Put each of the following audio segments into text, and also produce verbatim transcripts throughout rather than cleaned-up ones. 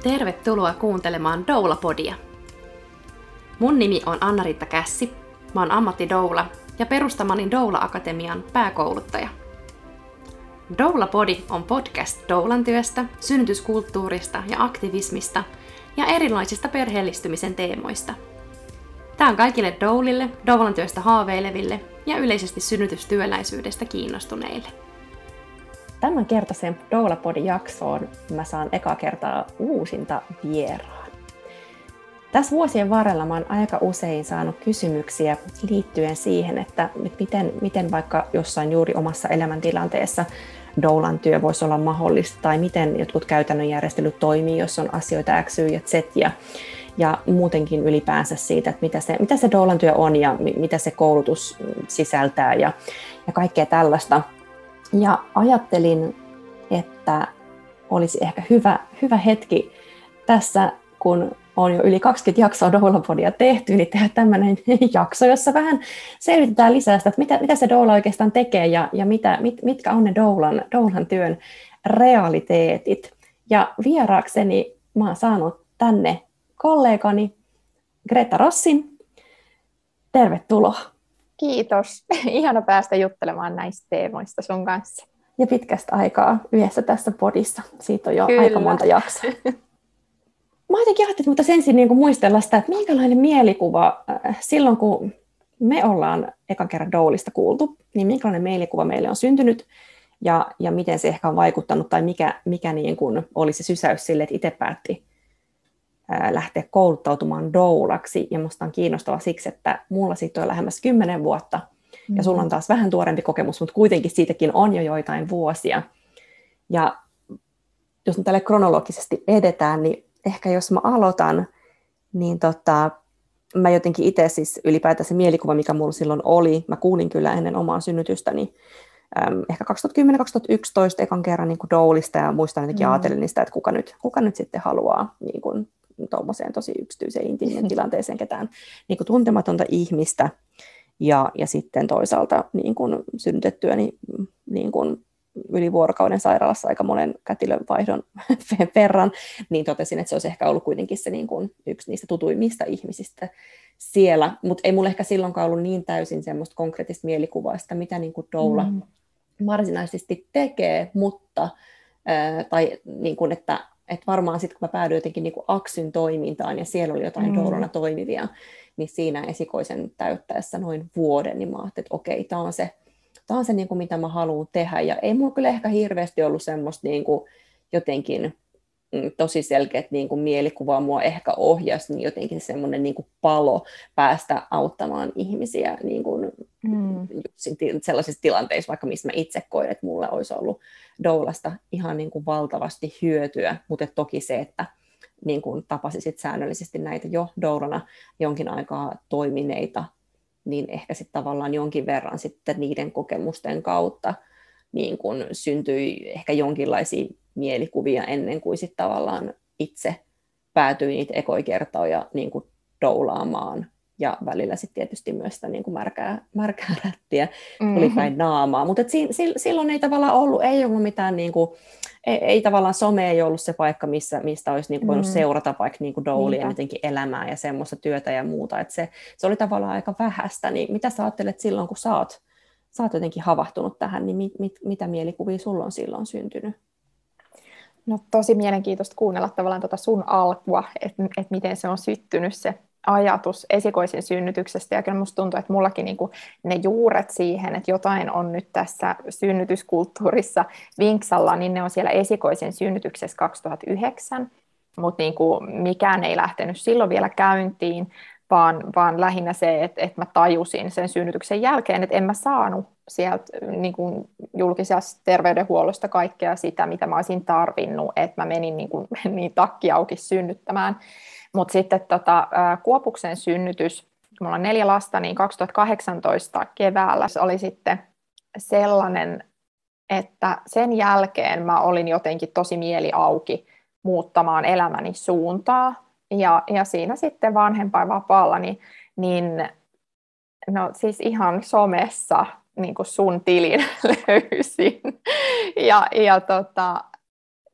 Tervetuloa kuuntelemaan Doula-podia. Mun nimi on Anna-Riitta Kässi, mä oon ammattidoula ja perustamani Doula-akatemian pääkouluttaja. Doula-podi on podcast doulan työstä, synnytyskulttuurista ja aktivismista ja erilaisista perheellistymisen teemoista. Tää on kaikille doulille, doulan työstä haaveileville ja yleisesti synnytystyöläisyydestä kiinnostuneille. Tämän kertaisen Doula-podin jaksoon mä saan eka kertaa uusinta vieraan. Tässä vuosien varrella mä oon aika usein saanut kysymyksiä liittyen siihen, että miten, miten vaikka jossain juuri omassa elämäntilanteessa doulan työ voisi olla mahdollista, tai miten jotkut käytännön järjestelyt toimii, jos on asioita X, Y ja Z, ja, ja muutenkin ylipäänsä siitä, että mitä se, mitä se doulan työ on ja mitä se koulutus sisältää ja, ja kaikkea tällaista. Ja ajattelin, että olisi ehkä hyvä, hyvä hetki tässä, kun on jo yli kaksikymmentä jaksoa Doula-podia tehty, niin tehdä tämmöinen jakso, jossa vähän selvitetään lisää sitä, että mitä, mitä se doula oikeastaan tekee ja, ja mitä, mit, mitkä on ne doulan, doulan työn realiteetit. Ja vieraakseni mä oon saanut tänne kollegani Greta Rossin. Tervetuloa. Kiitos. Ihana päästä juttelemaan näistä teemoista sun kanssa. Ja pitkästä aikaa yhdessä tässä podissa. Siitä on jo Kyllä. aika monta jaksoa. Mä jotenkin ajattelin, mutta ensin niin kuin muistella sitä, että minkälainen mielikuva silloin, kun me ollaan ekan kerran doulista kuultu, niin minkälainen mielikuva meille on syntynyt ja, ja miten se ehkä on vaikuttanut tai mikä, mikä niin kuin oli se sysäys sille, että itse päätti ää, lähteä kouluttautumaan doulaksi. Ja musta on kiinnostava siksi, että mulla siitä on lähemmäs kymmenen vuotta mm-hmm. ja sulla on taas vähän tuorempi kokemus, mutta kuitenkin siitäkin on jo joitain vuosia. Ja jos me tälle kronologisesti edetään, niin ehkä jos mä aloitan, niin tota, mä jotenkin itse siis ylipäätään se mielikuva, mikä mulla silloin oli, mä kuulin kyllä ennen omaa synnytystäni, äm, ehkä kaksituhattakymmenen kaksituhattayksitoista ekan kerran niin kuin doulista, ja muistan jotenkin mm. ajatellen niistä, että kuka nyt, kuka nyt sitten haluaa niin kuin tuommoiseen tosi yksityiseen intiimien tilanteeseen ketään niin kuin tuntematonta ihmistä, ja, ja sitten toisaalta niin kuin synnytettyäni niin kuin yli vuorokauden sairaalassa aika monen kätilövaihdon verran, niin totesin, että se olisi ehkä ollut kuitenkin se niin kuin yksi niistä tutuimmista ihmisistä siellä, mutta ei mulla ehkä silloinkaan ollut niin täysin semmoista konkreettista mielikuvaa sitä, mitä niin kuin doula mm. varsinaisesti tekee, mutta ää, tai niin kuin, että, että varmaan sitten kun mä päädyin jotenkin niin kuin Aksyn toimintaan ja siellä oli jotain mm. doulana toimivia, niin siinä esikoisen täyttäessä noin vuoden, niin mä ajattelin, että okei, tämä on se Tämä on se, niin kuin, mitä mä haluan tehdä, ja ei mulla kyllä ehkä hirveästi ollut semmoista niin kuin, jotenkin mm, tosi selkeät niin kuin, mielikuvaa mua ehkä ohjasi, niin jotenkin semmoinen niin kuin palo päästä auttamaan ihmisiä niin kuin, mm. sellaisissa tilanteissa, vaikka missä mä itse koin, että mulla olisi ollut doulasta ihan niin kuin, valtavasti hyötyä, mutta toki se, että niin kuin, tapasin sit säännöllisesti näitä jo doulana jonkin aikaa toimineita, niin ehkä sitten tavallaan jonkin verran sitten niiden kokemusten kautta niin kun syntyi ehkä jonkinlaisia mielikuvia ennen kuin sitten tavallaan itse päätyi niitä ekoja kertoja niin kuin doulaamaan. Ja välillä sitten tietysti myös sitä niin kuin märkää, märkää rättiä tuli mm-hmm. päin naamaa. Mutta si, si, silloin ei tavallaan ollut, ei ollut mitään, niin kuin, ei, ei tavallaan some ei ollut se paikka, missä, mistä olisi niin kuin voinut mm-hmm. seurata vaikka niin kuin doulien jotenkin elämää ja semmoista työtä ja muuta. Et se, se oli tavallaan aika vähäistä. Niin mitä sä ajattelet silloin, kun sä oot, sä oot jotenkin havahtunut tähän, niin mit, mit, mitä mielikuvia sulla on silloin syntynyt? No tosi mielenkiintoista kuunnella tavallaan tuota sun alkua, että et miten se on syttynyt se ajatus esikoisen synnytyksestä, ja kyllä musta tuntuu, että mullakin niinku ne juuret siihen, että jotain on nyt tässä synnytyskulttuurissa vinksalla, niin ne on siellä esikoisen synnytyksessä kaksituhattayhdeksän, mutta niinku mikään ei lähtenyt silloin vielä käyntiin, vaan, vaan lähinnä se, että, että mä tajusin sen synnytyksen jälkeen, että en mä saanut sieltä niinku julkisesta terveydenhuollosta kaikkea sitä, mitä mä olisin tarvinnut, että mä menin niinku, niin takki auki synnyttämään. Mutta sitten tota, Kuopuksen synnytys, mulla on neljä lasta, niin kaksituhattakahdeksantoista keväällä se oli sitten sellainen, että sen jälkeen mä olin jotenkin tosi mieli auki muuttamaan elämäni suuntaa. Ja, ja siinä sitten vanhempainvapaalla, niin, niin no siis ihan somessa niin kuin sun tilin löysin. Ja, ja tota,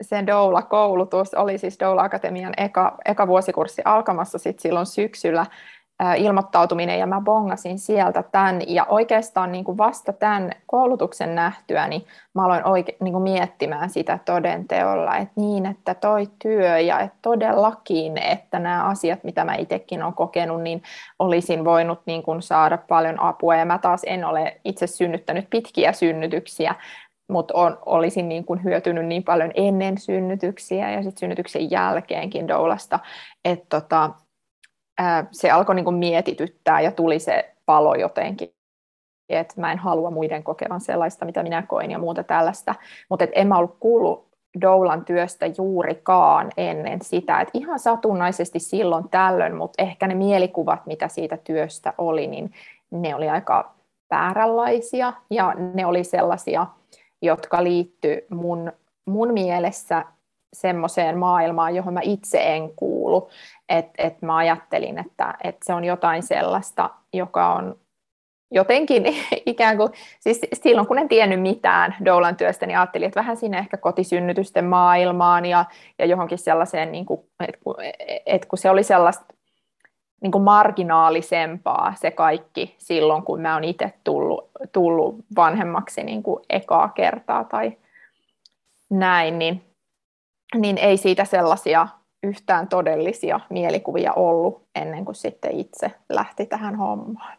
se doula-koulutus oli siis Doula-akatemian eka, eka vuosikurssi alkamassa sit silloin syksyllä ää, ilmoittautuminen, ja mä bongasin sieltä tämän, ja oikeastaan niin kuin vasta tämän koulutuksen nähtyä, niin mä aloin oike, niin kuin miettimään sitä todenteolla, että niin, että toi työ, ja että todellakin, että nämä asiat, mitä mä itsekin olen kokenut, niin olisin voinut niin kuin saada paljon apua, ja mä taas en ole itse synnyttänyt pitkiä synnytyksiä, mutta olisin niin kuin hyötynyt niin paljon ennen synnytyksiä ja sitten synnytyksen jälkeenkin doulasta, että tota, ää, se alkoi niin kuin mietityttää ja tuli se palo jotenkin, että mä en halua muiden kokevan sellaista, mitä minä koin ja muuta tällaista, mutta en mä ollut kuullut doulan työstä juurikaan ennen sitä, että ihan satunnaisesti silloin tällöin, mutta ehkä ne mielikuvat, mitä siitä työstä oli, niin ne oli aika vääränlaisia ja ne oli sellaisia, jotka liittyy mun, mun mielessä semmoiseen maailmaan, johon mä itse en kuulu. Että et mä ajattelin, että et se on jotain sellaista, joka on jotenkin ikään kuin, siis silloin kun en tiennyt mitään doulan työstä, niin ajattelin, että vähän sinne ehkä kotisynnytysten maailmaan ja, ja johonkin sellaiseen, niin kuin, että kun, et kun se oli sellaista niin kuin marginaalisempaa se kaikki silloin, kun mä oon itse tullut, tullut vanhemmaksi niin kuin ekaa kertaa tai näin, niin, niin ei siitä sellaisia yhtään todellisia mielikuvia ollut ennen kuin sitten itse lähti tähän hommaan.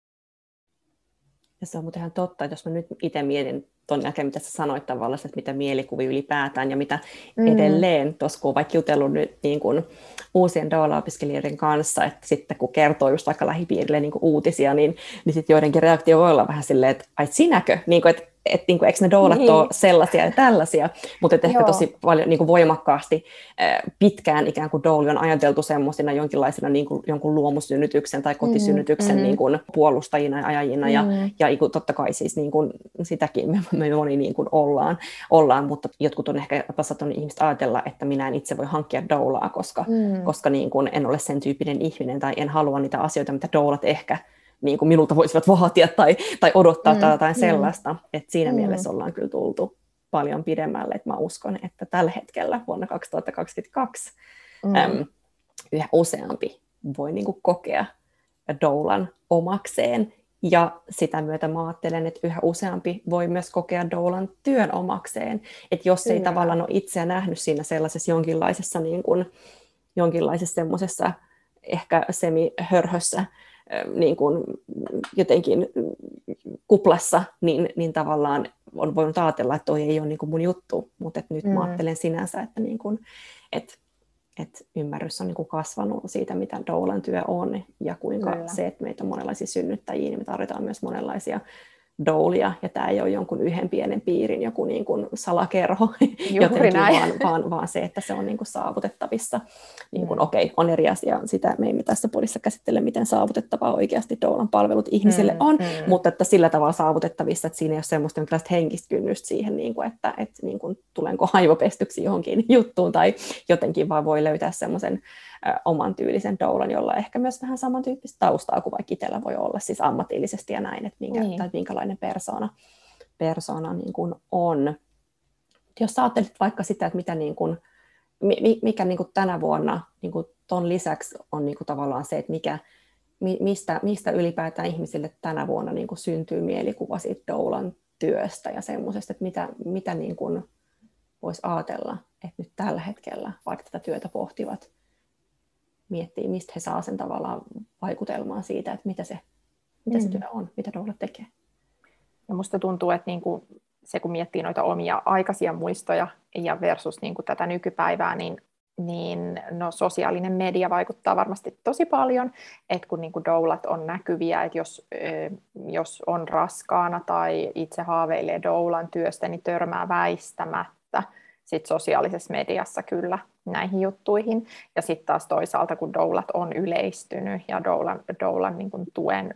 Ja se on muuten ihan totta, että jos mä nyt itse mietin tuon jälkeen, mitä sä sanoit tavallaan, että mitä mielikuvia ylipäätään ja mitä mm. edelleen, tuossa kun on vaikka jutellut nyt niin kuin uusien doula-opiskelijoiden kanssa, että sitten kun kertoo just vaikka lähipiirille niin kuin uutisia, niin, niin sitten joidenkin reaktio voi olla vähän silleen, että ai sinäkö, niin kuin, että että niin kuin, eikö ne doulat niin. ole sellaisia ja tällaisia, mutta että ehkä tosi paljon niin kuin voimakkaasti pitkään ikään kuin douli on ajateltu semmoisina jonkinlaisina niin kuin, jonkun luomusynnytyksen tai kotisynnytyksen mm. niin kuin puolustajina ja ajajina, mm. ja, ja niin kuin, totta kai siis niin kuin, sitäkin me, me moni niin kuin ollaan, ollaan, mutta jotkut on ehkä tasatun ihmiset ajatella, että minä en itse voi hankkia doulaa, koska, mm. koska niin kuin, en ole sen tyyppinen ihminen tai en halua niitä asioita, mitä doulat ehkä niin kuin minulta voisivat vaatia tai, tai odottaa mm, tai jotain mm. sellaista. Et siinä mm. mielessä ollaan kyllä tultu paljon pidemmälle. Et mä uskon, että tällä hetkellä vuonna kaksituhattakaksikymmentäkaksi mm. äm, yhä useampi voi niin kuin kokea doulan omakseen. Ja sitä myötä mä ajattelen, että yhä useampi voi myös kokea doulan työn omakseen. Että jos ei mm. tavallaan ole itseä nähnyt siinä sellaisessa jonkinlaisessa, niin kuin, jonkinlaisessa semmoisessa ehkä semihörhössä, niin kuin jotenkin kuplassa, niin, niin tavallaan on voinut ajatella, että toi ei ole niin kuin mun juttu, mutta et nyt mm. mä ajattelen sinänsä, että niin kuin, et, et ymmärrys on niin kuin kasvanut siitä, mitä doulan työ on, ja kuinka Kyllä. se, että meitä on monenlaisia synnyttäjiä, niin me tarvitaan myös monenlaisia doulia, ja tämä ei ole jonkun yhden pienen piirin joku niin kuin salakerho, jotenkin, vaan, vaan, vaan se, että se on niin kuin saavutettavissa. Niin kuin, mm. Okei, okay, on eri asia, sitä me emme tässä podissa käsittele, miten saavutettavaa oikeasti doulan palvelut ihmisille mm, on, mm. mutta että sillä tavalla saavutettavissa, että siinä ei ole semmoista jonkinlaista henkistä kynnystä siihen, niin kuin, että, että niin kuin, tulenko aivopestyksi johonkin juttuun, tai jotenkin vaan voi löytää semmoisen ä, oman tyylisen doulan, jolla ehkä myös vähän samantyyppistä taustaa kuin vaikka itsellä voi olla, siis ammatillisesti ja näin, että minkä, niin. tai minkälainen persoona, persoona niin kuin on. Jos ajattelit vaikka sitä, että mitä niin kuin, mikä niin kuin tänä vuonna niin kuin ton lisäksi on niin kuin tavallaan se, että mikä, mistä, mistä ylipäätään ihmisille tänä vuonna niin kuin syntyy mielikuva siitä doulan työstä ja semmoisesta, että mitä, mitä niin kuin voisi ajatella, että nyt tällä hetkellä, vaikka tätä työtä pohtivat, miettii, mistä he saa sen tavallaan vaikutelmaan siitä, että mitä se, mitä se mm. työ on, mitä doula tekee. Ja musta tuntuu, että niinku se, kun miettii noita omia aikaisia muistoja ja versus niinku tätä nykypäivää, niin, niin no, sosiaalinen media vaikuttaa varmasti tosi paljon, että kun niinku doulat on näkyviä, että jos, jos on raskaana tai itse haaveilee doulan työstä, niin törmää väistämättä sit sosiaalisessa mediassa kyllä näihin juttuihin. Ja sitten taas toisaalta, kun doulat on yleistynyt ja doulan, doulan niin kuin tuen,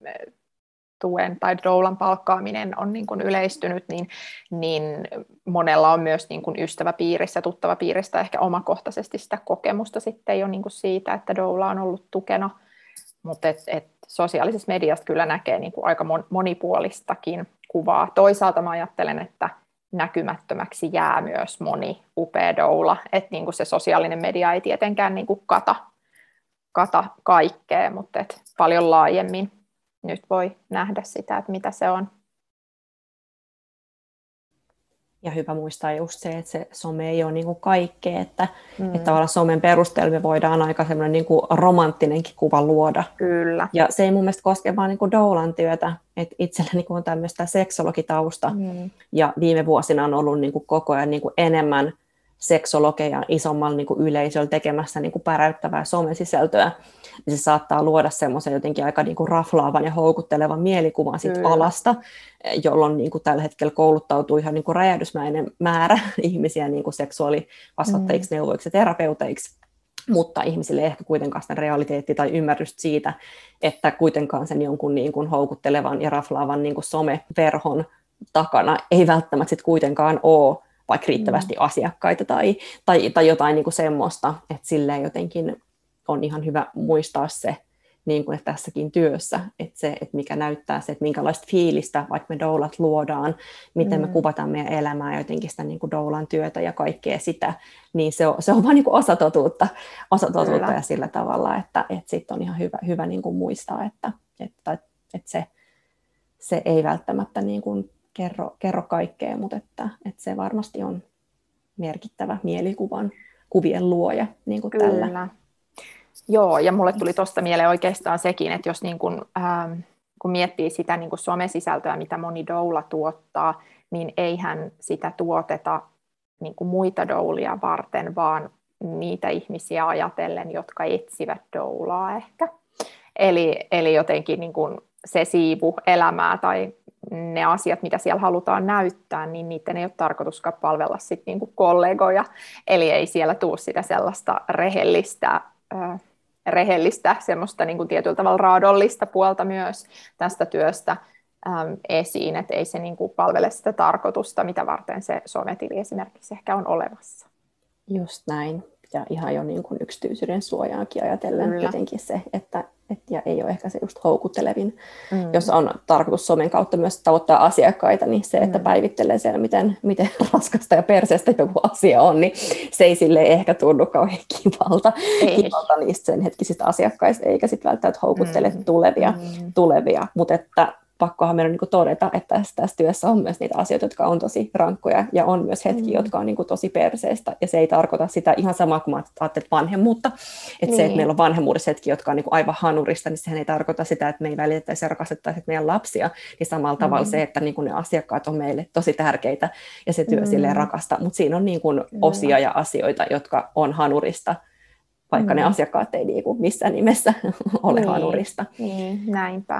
tuen tai doulan palkkaaminen on niin kuin yleistynyt, niin, niin monella on myös niin kuin ystäväpiirissä, tuttavapiiristä ehkä omakohtaisesti sitä kokemusta sitten jo niin kuin siitä, että doula on ollut tukena. Mutta et, et sosiaalisessa mediassa kyllä näkee niin kuin aika monipuolistakin kuvaa. Toisaalta mä ajattelen, että näkymättömäksi jää myös moni upea doula, että niin kuin se sosiaalinen media ei tietenkään niin kuin kata, kata kaikkea, mutta et paljon laajemmin nyt voi nähdä sitä, että mitä se on. Ja hyvä muistaa just se, että se some ei ole niin kuin kaikkea, että, Mm. että tavallaan somen perusteella me voidaan aika semmoinen niin kuin romanttinenkin kuva luoda. Kyllä. Ja se ei mun mielestä koske vaan niin kuin doulan työtä, että itselläni on tämmöistä seksologitausta, Mm. ja viime vuosina on ollut niin kuin koko ajan niin kuin enemmän seksologeja isommalla niin kuin yleisöllä tekemässä niin kuin päräyttävää somesisältöä, niin se saattaa luoda semmoisen jotenkin aika niin kuin raflaavan ja houkuttelevan mielikuvan siitä Kyllä. alasta, jolloin niin kuin tällä hetkellä kouluttautuu ihan niin kuin räjähdysmäinen määrä ihmisiä niin kuin seksuaalikasvattajiksi, mm. neuvoiksi ja terapeuteiksi, mutta ihmisille ei ehkä kuitenkaan sitä realiteetti tai ymmärrystä siitä, että kuitenkaan sen jonkun niin kuin houkuttelevan ja raflaavan niin kuin someverhon takana ei välttämättä sit kuitenkaan ole vaikka riittävästi mm. asiakkaita tai, tai, tai jotain niin kuin semmoista, että silleen jotenkin on ihan hyvä muistaa se, niin kuin että tässäkin työssä, että se, että mikä näyttää se, että minkälaista fiilistä vaikka me doulat luodaan, miten mm. me kuvataan meidän elämää ja jotenkin sitä niin kuin doulan työtä ja kaikkea sitä, niin se on, se on vaan niin kuin osa totuutta, osa totuutta ja sillä tavalla, että, että sitten on ihan hyvä, hyvä niin kuin muistaa, että, että, että se, se ei välttämättä niin kuin kerro, kerro kaikkea, mutta että, että se varmasti on merkittävä mielikuvan kuvien luoja niin kuin tällä. Joo, ja mulle tuli tuosta mieleen oikeastaan sekin, että jos niin kun, ähm, kun miettii sitä niin kun somesisältöä, mitä moni doula tuottaa, niin eihän sitä tuoteta niin kun muita doulia varten, vaan niitä ihmisiä ajatellen, jotka etsivät doulaa ehkä. Eli, eli jotenkin niin kun se siivu elämää tai ne asiat, mitä siellä halutaan näyttää, niin niiden ei ole tarkoituskaan palvella sit niin kuin kollegoja. Eli ei siellä tule sitä sellaista rehellistä, äh, rehellistä semmoista niin kuin tietyllä tavalla raadollista puolta myös tästä työstä ähm, esiin. Että ei se niin kuin palvele sitä tarkoitusta, mitä varten se sometili esimerkiksi ehkä on olemassa. Just näin. Ja ihan jo niin kuin yksityisyyden suojaankin ajatellen Kyllä. jotenkin se, että et, ja ei ole ehkä se just houkuttelevin. Mm. Jos on tarkoitus somen kautta myös tavoittaa asiakkaita, niin se, että mm. päivittelee siellä, miten, miten raskasta ja perseestä joku asia on, niin se ei silleen ehkä tunnu kauhean kivalta, kivalta niistä sen hetkisistä asiakkaista, eikä sitten välttämättä houkuttele mm. tulevia. Mm. tulevia. Mutta että pakkohan meidän on niin todeta, että tässä, tässä työssä on myös niitä asioita, jotka on tosi rankkoja, ja on myös hetkiä, mm. jotka on niin tosi perseestä, ja se ei tarkoita sitä ihan samaa kuin ajattelet vanhemmuutta, että niin. se, että meillä on vanhemmuudessa hetkiä, jotka on niin aivan hanurista, niin sehän ei tarkoita sitä, että me ei välitettäisi ja rakastettaisi meidän lapsia, niin samalla mm. tavalla se, että niin ne asiakkaat on meille tosi tärkeitä, ja se työ mm. silleen rakasta, mutta siinä on niin osia ja asioita, jotka on hanurista, vaikka mm. ne asiakkaat ei niin missään nimessä ole niin. hanurista. Niin, näinpä.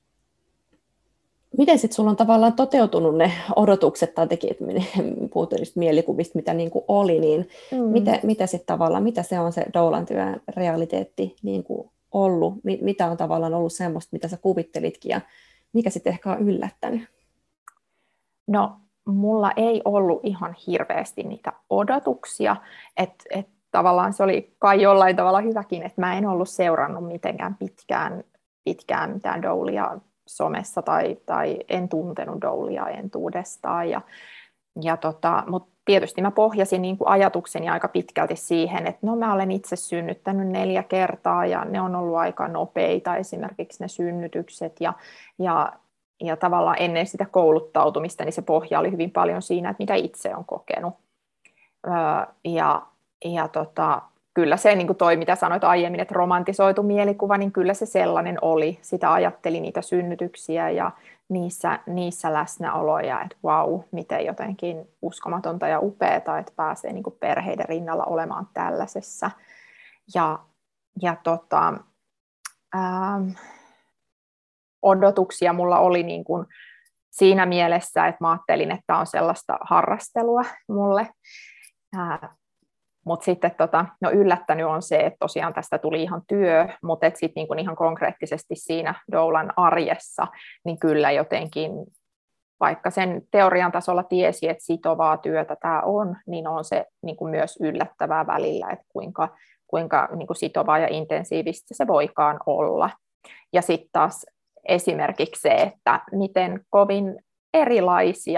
Miten sitten sulla on tavallaan toteutunut ne odotukset, tai tekin, että puhutaan niistä mielikuvista, mitä niin kuin oli, niin mm. mitä, mitä sitten tavallaan, mitä se on se doulan työn realiteetti niin kuin ollut? Mitä on tavallaan ollut semmoista, mitä sä kuvittelitkin, ja mikä sitten ehkä on yllättänyt? No, mulla ei ollut ihan hirveästi niitä odotuksia, että et, tavallaan se oli kai jollain tavalla hyväkin, että mä en ollut seurannut mitenkään pitkään, pitkään mitään doulia somessa tai, tai en tuntenut doulia entuudestaan. Ja, ja tota, mutta tietysti mä pohjasin niin kuin ajatukseni aika pitkälti siihen, että no mä olen itse synnyttänyt neljä kertaa ja ne on ollut aika nopeita esimerkiksi ne synnytykset ja, ja, ja tavallaan ennen sitä kouluttautumista niin se pohja oli hyvin paljon siinä, että mitä itse on kokenut. Öö, ja, ja tota, kyllä se niin kuin toi, mitä sanoit aiemmin, että romantisoitu mielikuva, niin kyllä se sellainen oli. Sitä ajatteli niitä synnytyksiä ja niissä, niissä läsnäoloja, että vau, miten jotenkin uskomatonta ja upeata, että pääsee niin kuin perheiden rinnalla olemaan tällaisessa. Ja, ja tota, ähm, odotuksia mulla oli niin kuin siinä mielessä, että mä ajattelin, että tämä on sellaista harrastelua mulle. Äh, Mutta sitten tota, no yllättänyt on se, että tosiaan tästä tuli ihan työ, mutta sitten niinku ihan konkreettisesti siinä doulan arjessa, niin kyllä jotenkin, vaikka sen teorian tasolla tiesi, että sitovaa työtä tämä on, niin on se niinku myös yllättävää välillä, että kuinka, kuinka niinku sitovaa ja intensiivistä se voikaan olla. Ja sitten taas esimerkiksi se, että miten kovin erilaisia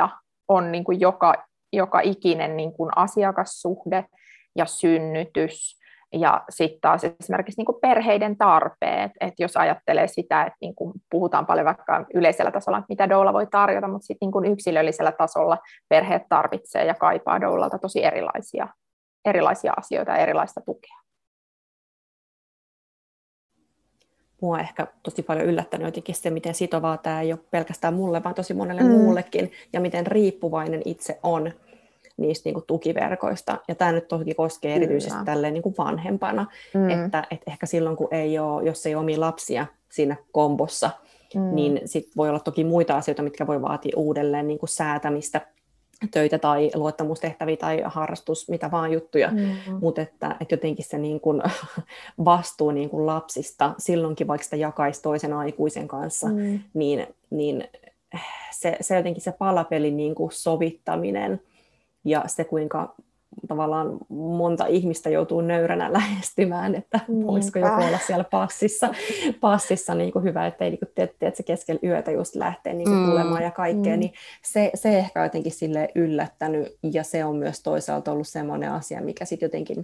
on niin kuin joka, joka ikinen niin kuin asiakassuhde ja synnytys. Ja sitten taas esimerkiksi niin kuin perheiden tarpeet, että jos ajattelee sitä, että niin kuin puhutaan paljon vaikka yleisellä tasolla, että mitä doula voi tarjota, mutta sitten niin kuin yksilöllisellä tasolla perheet tarvitsee ja kaipaa doulalta tosi erilaisia, erilaisia asioita ja erilaista tukea. Mua on ehkä tosi paljon yllättänyt jotenkin se, miten sitovaa tämä ei ole pelkästään mulle, vaan tosi monelle mm. muullekin, ja miten riippuvainen itse on niistä niin kuin tukiverkoista. Ja tämä nyt toki koskee erityisesti Kyllä. tälleen niin kuin vanhempana, mm. että, että ehkä silloin, kun ei ole, jos ei ole omia lapsia siinä kombossa, mm. niin sit voi olla toki muita asioita, mitkä voi vaatia uudelleen niin kuin säätämistä, töitä tai luottamustehtäviä tai harrastus, mitä vaan juttuja, mm. mutta että, että jotenkin se niin kuin vastuu niin kuin lapsista, silloinkin vaikka sitä jakaisi toisen aikuisen kanssa, mm. niin, niin se, se jotenkin se palapelin niin kuin sovittaminen ja se, kuinka tavallaan monta ihmistä joutuu nöyränä lähestymään, että voisiko joku olla siellä passissa, passissa niin kuin hyvä, ettei niin kuin teet, että se keskellä yötä just lähtee niin kuin mm. tulemaan ja kaikkea, mm. niin se, se ehkä on jotenkin silleen yllättänyt, ja se on myös toisaalta ollut semmoinen asia, mikä sitten jotenkin,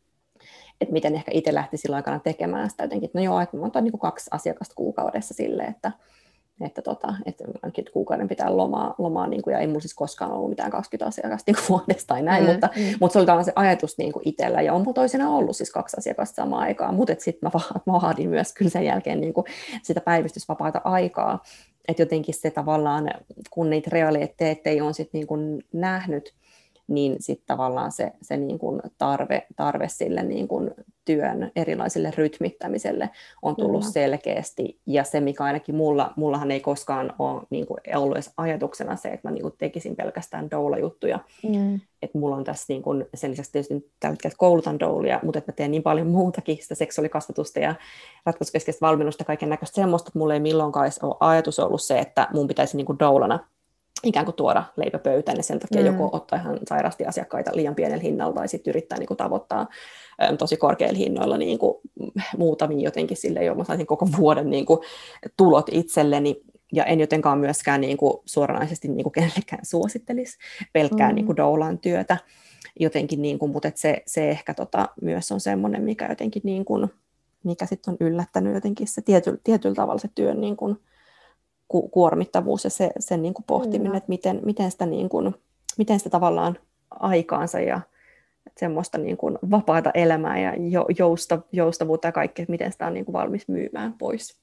että miten ehkä itse lähti silloin aikana tekemään sitä jotenkin, että no joo, että monta niin kuin kaksi asiakasta kuukaudessa silleen, että että, tota, että ainakin kuukauden pitää lomaa, lomaa niin kuin, ja ei mulla siis koskaan ollut mitään kaksikymmentä asiakasta niin kuin vuodesta tai näin, mm, mutta, mm. mutta se oli tavallaan se ajatus niin kuin itsellä, ja on mulla toisena ollut siis kaksi asiakasta samaan aikaan, mutta sitten mä, mä vaadin myös kyllä sen jälkeen niin kuin sitä päivystysvapaata aikaa, että jotenkin se tavallaan, kun niitä realiteetteja on sitten niin kuin nähnyt, niin sitten tavallaan se, se niin kuin tarve, tarve sille niin kuin työn erilaiselle rytmittämiselle on tullut Kyllä. selkeästi, ja se mikä ainakin mulla, mullahan ei koskaan ole niin kuin ollut edes ajatuksena se, että mä niin kuin tekisin pelkästään doula-juttuja, mm. että mulla on tässä niin kuin, sen lisäksi tietysti tällä hetkellä koulutan doulia, mutta että mä teen niin paljon muutakin, sitä seksuaalikasvatusta ja ratkaisukeskeistä valmennusta, kaiken näköistä semmoista, että mulla ei milloinkaan ole ajatus ollut se, että mun pitäisi niin kuin doulana ikään kuin tuoda leipä pöytään, ja sen takia mm. joko ottaa ihan sairaasti asiakkaita liian pienellä hinnalla, tai sitten yrittää niin kuin tavoittaa äm, tosi korkeilla hinnoilla niin kuin muutamia jotenkin silleen, jolloin mä saisin koko vuoden niin kuin tulot itselleni, ja en jotenkaan myöskään niin kuin suoranaisesti niin kuin kenellekään suosittelisi pelkkää mm. niin kuin doulan työtä, jotenkin, niin kuin, mutta se, se ehkä tota, myös on semmoinen, mikä jotenkin, niin kuin, mikä sitten on yllättänyt jotenkin se tietyllä, tietyllä tavalla se työn niin kuin, kuormittavuus ja se, sen niin kuin pohtiminen, mm. että miten, miten, sitä niin kuin, miten sitä tavallaan aikaansa ja semmoista niin kuin vapaata elämää ja jousta, joustavuutta ja kaikkea, että miten sitä on niin kuin valmis myymään pois.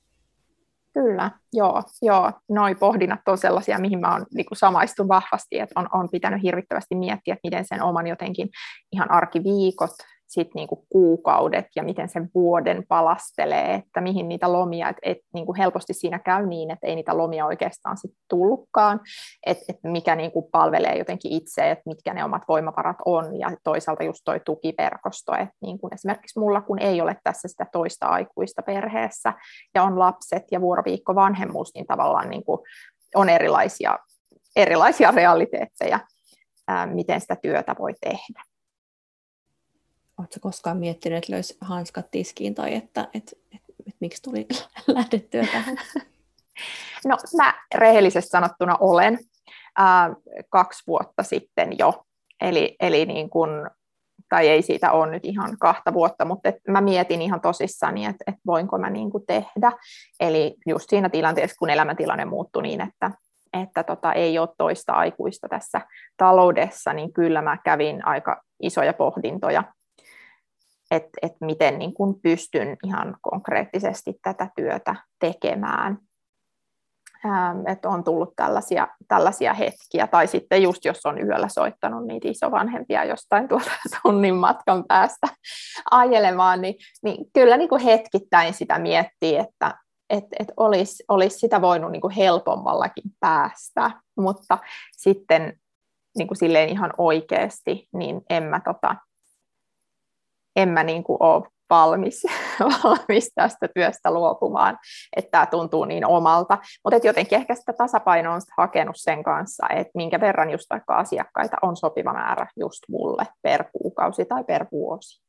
Kyllä, joo, joo. Noi pohdinnat on sellaisia, mihin mä oon niin kuin samaistun vahvasti, että on, on pitänyt hirvittävästi miettiä, että miten sen oman jotenkin ihan arkiviikot, sitten niinku kuukaudet ja miten sen vuoden palastelee, että mihin niitä lomia, että et, niinku helposti siinä käy niin, että ei niitä lomia oikeastaan sit tullutkaan, että et mikä niinku palvelee jotenkin itse, että mitkä ne omat voimavarat on, ja toisaalta just toi tukiverkosto, että niinku esimerkiksi mulla, kun ei ole tässä sitä toista aikuista perheessä, ja on lapset ja vuoroviikko vanhemmuus, niin tavallaan niinku on erilaisia, erilaisia realiteetteja, ää, miten sitä työtä voi tehdä. Oletko koskaan miettinyt, että löysi hanskat tiskiin tai että, että, että, että miksi tuli lähdettyä tähän? No mä rehellisesti sanottuna olen äh, kaksi vuotta sitten jo, eli, eli niin kun, tai ei siitä ole nyt ihan kahta vuotta, mutta et mä mietin ihan tosissani, että, että voinko mä niin kuin tehdä. Eli just siinä tilanteessa, kun elämäntilanne muuttui niin, että, että tota, ei ole toista aikuista tässä taloudessa, niin kyllä mä kävin aika isoja pohdintoja, että et miten niin kun pystyn ihan konkreettisesti tätä työtä tekemään. Ähm, että on tullut tällaisia, tällaisia hetkiä, tai sitten just jos on yöllä soittanut niitä isovanhempia jostain tuolta tunnin matkan päästä ajelemaan, niin, niin kyllä niin kuin hetkittäin sitä miettii, että et, et olisi olis sitä voinut niin kuin helpommallakin päästä, mutta sitten niin kuin silleen ihan oikeasti, niin en mä tota, en mä niin kuin ole valmis, valmis tästä työstä luopumaan, että tämä tuntuu niin omalta. Mutta jotenkin ehkä sitä tasapainoa on hakenut sen kanssa, että minkä verran just vaikka asiakkaita on sopiva määrä just mulle per kuukausi tai per vuosi.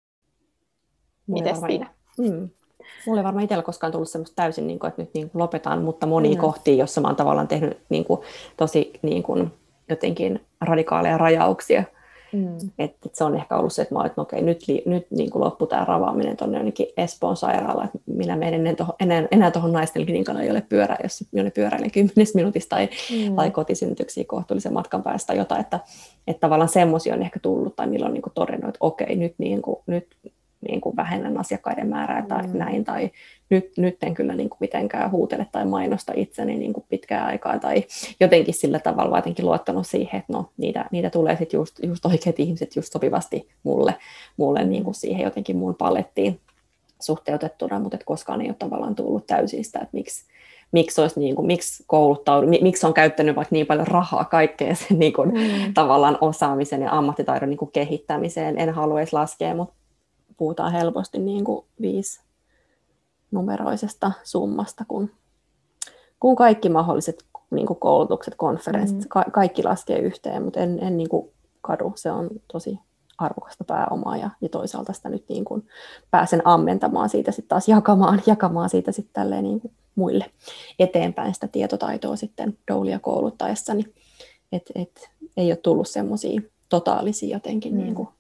Miten siinä? Mm. Mulla ei varmaan itsellä koskaan tullut semmoista täysin, niin kuin, että nyt niin kuin lopetan, mutta monia mm. kohtia, jossa mä oon tavallaan tehnyt niin kuin, tosi niin kuin, jotenkin radikaaleja rajauksia. Mm. Että et se on ehkä ollut se, että mä olen, että no okei, nyt, nyt niin kuin loppu tämä ravaaminen tuonne jonnekin Espoon sairaalaan, että minä menen enää, enää, enää tuohon naisten klinikkaan, jolle pyörä, jos jonne pyöräilen kymmenessä minuutissa tai, mm. tai kotisynnytyksiä kohtuullisen matkan päästä tai jotain, että, että tavallaan semmoisia on ehkä tullut tai milloin on niin kuin todennut, että okei, nyt, niin kuin, nyt niin kuin vähennän asiakkaiden määrää tai mm. näin, tai nyt, nyt en kyllä niin kuin mitenkään huutele tai mainosta itseni niin kuin pitkään aikaa, tai jotenkin sillä tavalla jotenkin luottanut siihen, että no, niitä, niitä tulee sitten just, just oikeat ihmiset just sopivasti mulle, mulle niin kuin siihen jotenkin mun palettiin suhteutettuna, mutta et koskaan ei ole tavallaan tullut täysin sitä, että miksi, miksi, olisi niin kuin, miksi kouluttaudu, miksi on käyttänyt vaikka niin paljon rahaa kaikkeen sen niin kuin, mm. tavallaan osaamisen ja ammattitaidon niin kuin kehittämiseen, en haluaisi laskea, mutta puhutaan helposti niin kuin viisi numeroisesta summasta, kun, kun kaikki mahdolliset niin kuin koulutukset, konferenssit, mm. ka- kaikki laskee yhteen, mutta en, en niin kuin kadu, se on tosi arvokasta pääomaa ja, ja toisaalta sitä nyt niin kuin pääsen ammentamaan siitä sitten taas jakamaan, jakamaan siitä sitten tälleen niin kuin muille eteenpäin sitä tietotaitoa sitten doulia kouluttaessani, että et, ei ole tullut semmoisia totaalisia jotenkin mm. niin kuin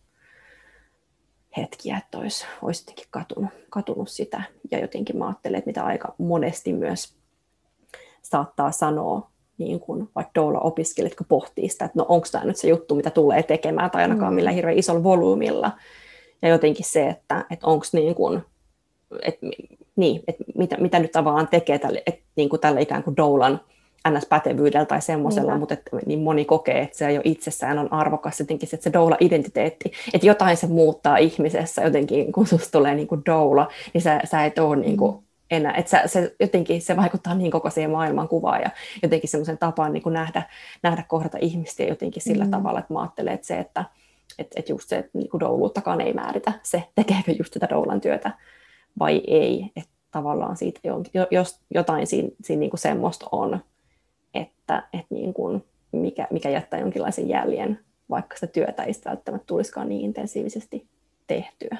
hetkiä, että olisi, olisi jotenkin katunut, katunut sitä. Ja jotenkin mä ajattelen, että mitä aika monesti myös saattaa sanoa, niin kuin vaikka doula-opiskelijat, jotka pohtii sitä, että no onko tämä nyt se juttu, mitä tulee tekemään, tai ainakaan mm. millään hirveän isolla volyymilla. Ja jotenkin se, että, että onko niin kuin, että, niin, että mitä, mitä nyt tavallaan tekee tälle, että niin kuin tällä ikään kuin doulan N S-pätevyydellä tai semmoisella, mutta että niin moni kokee, että se jo itsessään on arvokas jotenkin, että se doula-identiteetti, että jotain se muuttaa ihmisessä jotenkin, kun susta tulee niin kuin doula, niin sä, sä et ole niin kuin enää, että sä, se, jotenkin se vaikuttaa niin koko siihen maailmankuvaan ja jotenkin semmoisen tapaan niin kuin nähdä, nähdä, kohdata ihmistä jotenkin sillä mm. tavalla, että mä ajattelen, että se, että että, että just se, että niin kuin douluuttakaan ei määritä se, tekeekö just sitä doulan työtä vai ei, että tavallaan siitä, jos jotain siinä, siinä niin kuin semmoista on, että, että niin kuin mikä, mikä jättää jonkinlaisen jäljen, vaikka sitä työtä ei välttämättä tulisikaan niin intensiivisesti tehtyä.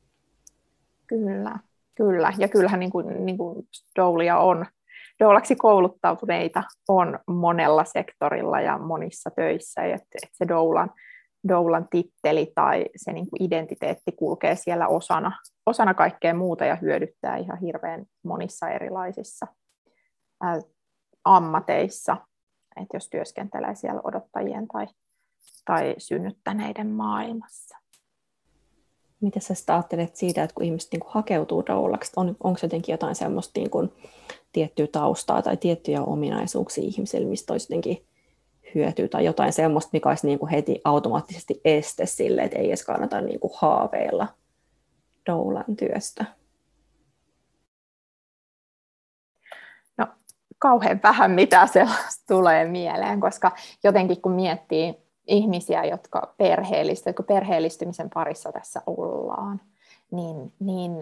Kyllä, kyllä. Ja kyllähän niin kuin, niin kuin doulia on, doulaksi kouluttautuneita on monella sektorilla ja monissa töissä, että, että se doulan, doulan titteli tai se niin kuin identiteetti kulkee siellä osana, osana kaikkea muuta ja hyödyttää ihan hirveän monissa erilaisissa ää, ammateissa, että jos työskentelee siellä odottajien tai, tai synnyttäneiden maailmassa. Mitä sä sitä ajattelet siitä, että kun ihmiset niin kuin hakeutuu doulaksi, on, onko jotenkin jotain semmoista niin kuin tiettyä taustaa tai tiettyjä ominaisuuksia ihmisille, mistä olisi jotenkin hyötyä tai jotain semmoista, mikä olisi niin kuin heti automaattisesti este sille, että ei edes kannata niin kuin haaveilla doulan työstä? No, kauhean vähän mitä sellaista tulee mieleen, koska jotenkin kun miettii ihmisiä, jotka perheellistyvät, jotka perheellistymisen parissa tässä ollaan, niin, niin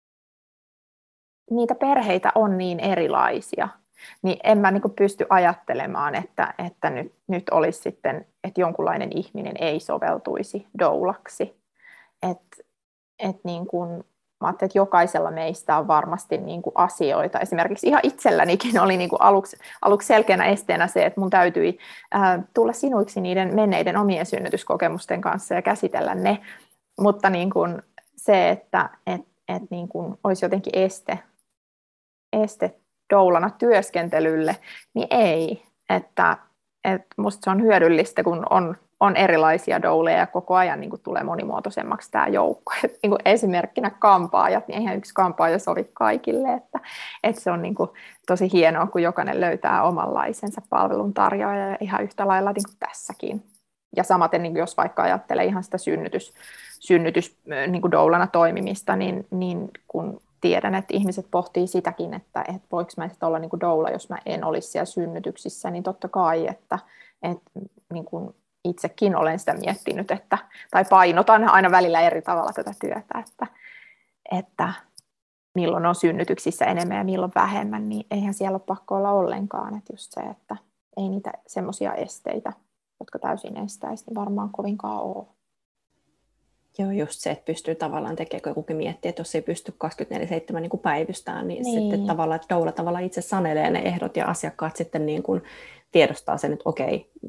niitä perheitä on niin erilaisia, niin en mä niin kuin pysty ajattelemaan, että, että nyt, nyt olisi sitten, että jonkunlainen ihminen ei soveltuisi doulaksi. Et, et niin kuin, mä ajattelin, että jokaisella meistä on varmasti niin kuin asioita. Esimerkiksi ihan itsellänikin oli niin kuin aluksi, aluksi selkeänä esteenä se, että mun täytyi ää, tulla sinuiksi niiden menneiden omien synnytyskokemusten kanssa ja käsitellä ne. Mutta niin kuin se, että et, et niin kuin olisi jotenkin este, este doulana työskentelylle, niin ei. Että, et musta se on hyödyllistä, kun on on erilaisia douleja ja koko ajan niin kuin tulee monimuotoisemmaksi tämä joukko. Et, niin kuin esimerkkinä kampaajat, niin eihän yksi kampaaja sovi kaikille. Että, että se on niin kuin tosi hienoa, kun jokainen löytää omanlaisensa palveluntarjoaja ja ihan yhtä lailla niin kuin tässäkin. Ja samaten, niin jos vaikka ajattelee ihan sitä synnytys, synnytys niin kuin doulana toimimista, niin, niin kun tiedän, että ihmiset pohtii sitäkin, että, että voiko mä sitten olla niin kuin doula, jos mä en olisi siellä synnytyksissä, niin totta kai, että, että niin kuin itsekin olen sitä miettinyt, että, tai painotan aina välillä eri tavalla tätä työtä, että, että milloin on synnytyksissä enemmän ja milloin vähemmän, niin eihän siellä ole pakko olla ollenkaan. Että just se, että ei niitä semmoisia esteitä, jotka täysin estäisi, niin varmaan kovinkaan ole. Joo, just se, että pystyy tavallaan tekemään, kun joku miettii, että jos ei pysty kaksikymmentäneljä seitsemän niin kuin päivystään, niin, niin sitten tavallaan, että doula tavallaan itse sanelee ne ehdot ja asiakkaat sitten niin kuin tiedostaa sen, että okei,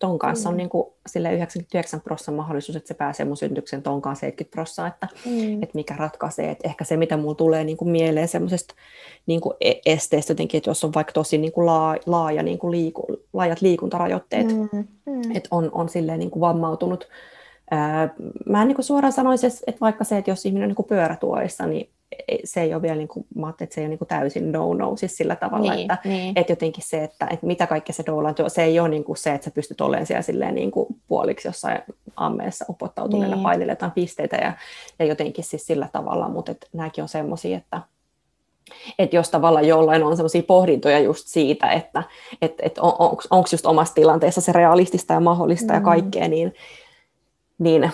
ton kanssa Mm. on niin kuin sille yhdeksänkymmentäyhdeksän prosenttia mahdollisuus, että se pääsee mun synnytyksen ton kanssa seitsemänkymmentä prosenttia, että, Mm. että mikä ratkaisee. Että ehkä se, mitä mulla tulee niin kuin mieleen semmoisesta niin kuin esteestä jotenkin, että jos on vaikka tosi niin kuin laaja, laaja niin kuin liiku, laajat liikuntarajoitteet, Mm. Mm. että on, on silleen niin kuin vammautunut. Ää, mä en niin kuin suoraan sanoisi, että vaikka se, että jos ihminen on niin kuin pyörätuolissa, niin se ei ole vielä, niin kuin, mä että se ei ole niin kuin täysin no-no siis sillä tavalla, Niin, että, niin. että jotenkin se, että, että mitä kaikkea se doulan työ, se ei ole niin kuin se, että sä pystyt olemaan siellä silleen niin kuin puoliksi jossain ammeessa upottautuneena Niin. paineletaan pisteitä ja, ja jotenkin siis sillä tavalla, mutta että nämäkin on semmoisia, että että jos tavallaan jollain on semmoisia pohdintoja just siitä, että et, et on, onko just omassa tilanteessa se realistista ja mahdollista mm. ja kaikkea, niin, niin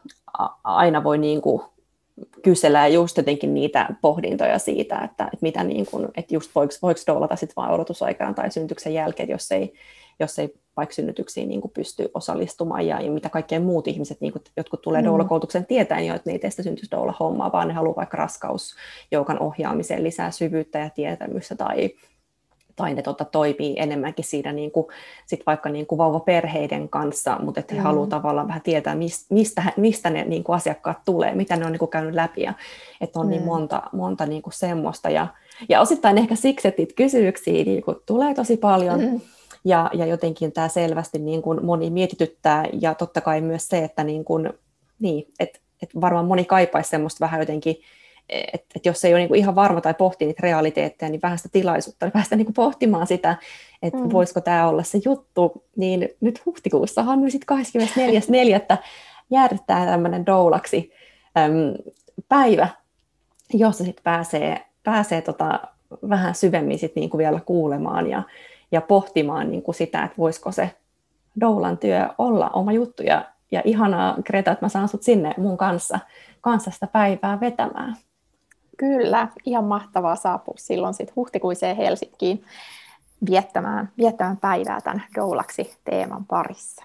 aina voi niin kuin kysellä just jotenkin niitä pohdintoja siitä, että, että, mitä niin kuin, että just voiko, voiko doulata sitten vaan odotusaikaan tai synnytyksen jälkeen, jos ei, jos ei vaikka synnytyksiin niin kuin pysty osallistumaan ja, ja mitä kaikkea muut ihmiset, niin kuin, jotkut tulee mm. doulakoulutuksen tietäen jo, että ne ei tee sitä synnytysdoula hommaa, vaan ne haluaa vaikka raskausjoukan ohjaamiseen lisää syvyyttä ja tietämystä tai tai ne tota, toimii enemmänkin siinä niin kuin, sit vaikka niin kuin vauvaperheiden kanssa, mutta että he mm. haluaa tavallaan vähän tietää, mistä, mistä ne niin kuin asiakkaat tulee, mitä ne on niin kuin käynyt läpi, ja että on mm. niin monta, monta niin kuin semmoista. Ja, ja osittain ehkä siksi, että niitä kysymyksiä niin kuin tulee tosi paljon, mm. ja, ja jotenkin tämä selvästi niin kuin moni mietityttää, ja totta kai myös se, että niin kuin, niin, et, et varmaan moni kaipaisi semmoista vähän jotenkin, että et jos ei ole niinku ihan varma tai pohtii niitä realiteetteja, niin vähän sitä tilaisuutta, niin päästä niinku pohtimaan sitä, että mm. voisiko tämä olla se juttu, niin nyt huhtikuussahan me sitten kahdeskymmenesneljäs neljättä järjestää tämmöinen doulaksi äm, päivä, jossa sitten pääsee, pääsee tota vähän syvemmin sit niinku vielä kuulemaan ja, ja pohtimaan niinku sitä, että voisiko se doulan työ olla oma juttu. Ja, ja ihanaa, Greta, että mä saan sut sinne mun kanssa, kanssa sitä päivää vetämään. Kyllä, ihan mahtavaa saapua silloin sit huhtikuiseen Helsinkiin viettämään, viettämään päivää tämän doulaksi teeman parissa.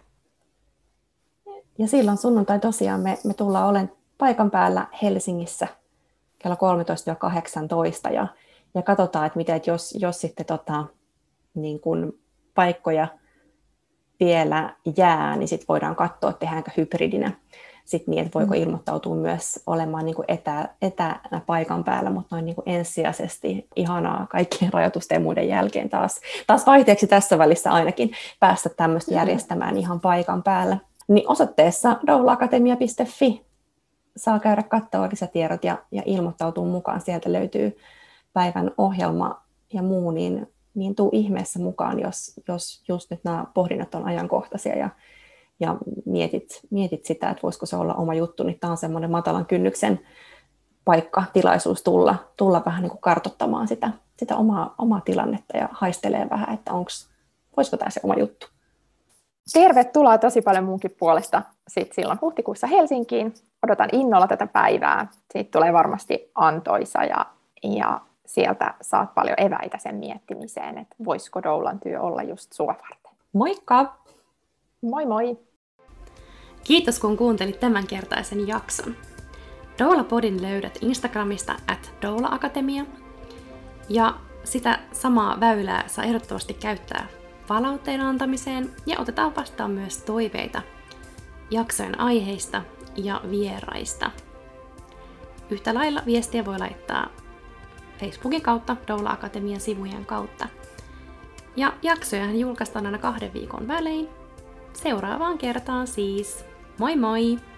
Ja silloin sunnuntai tosiaan me, me tullaan olemaan paikan päällä Helsingissä kello kolmetoista kahdeksantoista ja, ja katsotaan, että, mitä, että jos, jos sitten tota, niin kun paikkoja vielä jää, niin sitten voidaan katsoa, että tehdäänkö hybridinä. Sitten niin, että voiko ilmoittautua myös olemaan niin kuin etä, etänä paikan päällä, mutta noin niin kuin ensisijaisesti ihanaa kaikkien rajoitusten ja muiden jälkeen taas, taas vaihteeksi tässä välissä ainakin päästä tämmöistä järjestämään ihan paikan päällä. Niin osoitteessa doulaakatemia piste fi saa käydä katsoa lisätiedot ja, ja ilmoittautua mukaan. Sieltä löytyy päivän ohjelma ja muu, niin, niin tuu ihmeessä mukaan, jos, jos just nyt nämä pohdinnat on ajankohtaisia ja ja mietit, mietit sitä, että voisiko se olla oma juttu, niin tämä on semmoinen matalan kynnyksen paikka, tilaisuus tulla, tulla vähän niin kuin kartoittamaan sitä, sitä omaa, omaa tilannetta ja haistelee vähän, että onks, voisiko tämä se oma juttu. Tervetuloa tosi paljon munkin puolesta sit silloin huhtikuussa Helsinkiin. Odotan innolla tätä päivää. Siitä tulee varmasti antoisa ja, ja sieltä saat paljon eväitä sen miettimiseen, että voisiko doulan työ olla just sua varten. Moikka! Moi moi! Kiitos kun kuuntelit tämänkertaisen jakson. Doula-podin löydät Instagramista at doula-akatemia. Ja sitä samaa väylää saa ehdottomasti käyttää palautteen antamiseen ja otetaan vastaan myös toiveita jaksojen aiheista ja vieraista. Yhtä lailla viestiä voi laittaa Facebookin kautta, Doula-akatemian sivujen kautta. Ja jaksojahan julkaistaan aina kahden viikon välein. Seuraavaan kertaan siis. Moi moi!